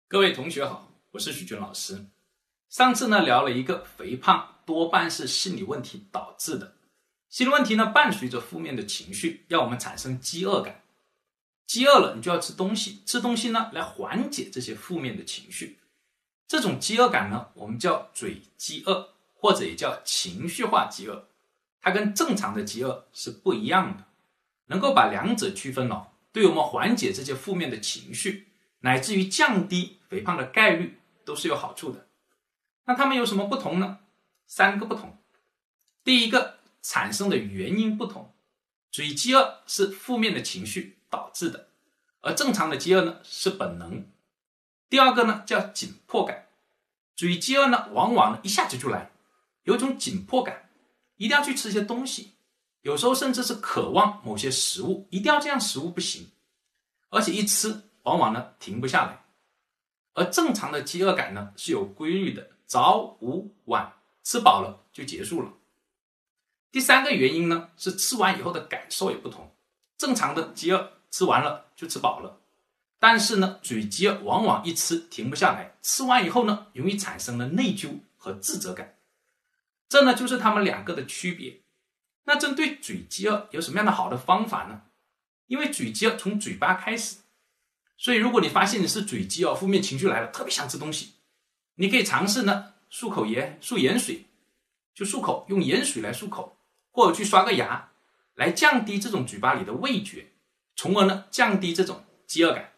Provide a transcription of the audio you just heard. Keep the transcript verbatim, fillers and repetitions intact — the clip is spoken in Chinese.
各位同学好，我是许军老师。上次呢聊了一个肥胖多半是心理问题导致的，心理问题呢伴随着负面的情绪，让我们产生饥饿感。饥饿了，你就要吃东西，吃东西呢来缓解这些负面的情绪。这种饥饿感呢，我们叫嘴饥饿，或者也叫情绪化饥饿。它跟正常的饥饿是不一样的，能够把两者区分了，对我们缓解这些负面的情绪，乃至于降低肥胖的概率都是有好处的。那它们有什么不同呢？三个不同。第一个，产生的原因不同。嘴饥饿是负面的情绪导致的，而正常的饥饿呢是本能。第二个呢叫紧迫感。嘴饥饿呢往往呢一下子就来，有种紧迫感，一定要去吃些东西，有时候甚至是渴望某些食物，一定要这样食物不行，而且一吃往往呢停不下来。而正常的饥饿感呢是有规律的，早午晚，吃饱了就结束了。第三个原因呢是吃完以后的感受也不同。正常的饥饿吃完了就吃饱了，但是呢嘴饥饿往往一吃停不下来，吃完以后呢容易产生了内疚和自责感。这呢就是他们两个的区别。那针对嘴饥饿有什么样的好的方法呢？因为嘴饥饿从嘴巴开始，所以如果你发现你是嘴饥饿，负面情绪来了，特别想吃东西，你可以尝试呢漱口盐漱盐水，就漱口，用盐水来漱口，或者去刷个牙，来降低这种嘴巴里的味觉，从而呢降低这种饥饿感。